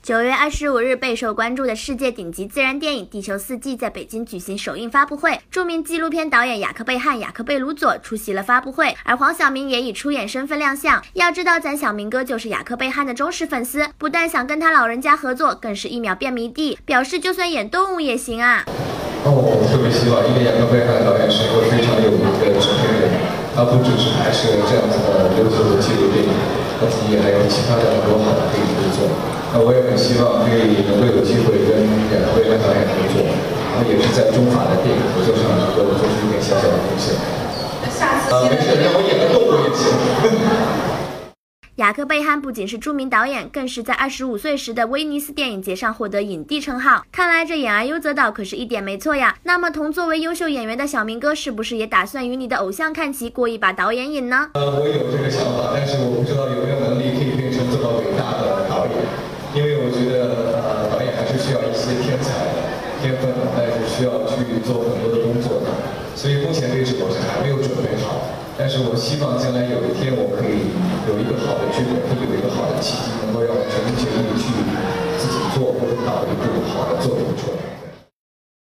9月25日，备受关注的世界顶级自然电影《地球四季》在北京举行首映发布会。著名纪录片导演雅克贝汉、雅克贝鲁佐出席了发布会，而黄晓明也以出演身份亮相。要知道，咱小明哥就是雅克贝汉的忠实粉丝，不但想跟他老人家合作，更是一秒变迷弟，表示就算演动物也行啊。 我特别希望，因为雅克贝汉导演是一个非常有名的制片人，他不只是拍摄这样子的优秀的纪录电影，他自己还有其他的很多好的电影制作。那我也很希望可以能够有机会跟雅克贝汉导演合作，然后也是在中法的电影合作上能够做出一点小小的贡献。 下次没事，让我演个动物也行。 雅克贝汉不仅是著名导演，更是在25岁时的威尼斯电影节上获得影帝称号。看来这演而优则导可是一点没错呀。那么同作为优秀演员的小明哥，是不是也打算与你的偶像看齐，过一把导演瘾呢？ 我有这个想法，但是我不知道有没有能力可以变成这么伟大的导演，因为我觉得导演还是需要一些天分，但是需要去做很多的工作的，所以目前为止我是还没有准备好。但是我希望将来有一天我可以有一个好的剧本，可以有一个好的契机，能够让我全心全意去自己做或者导一部好的作品出来。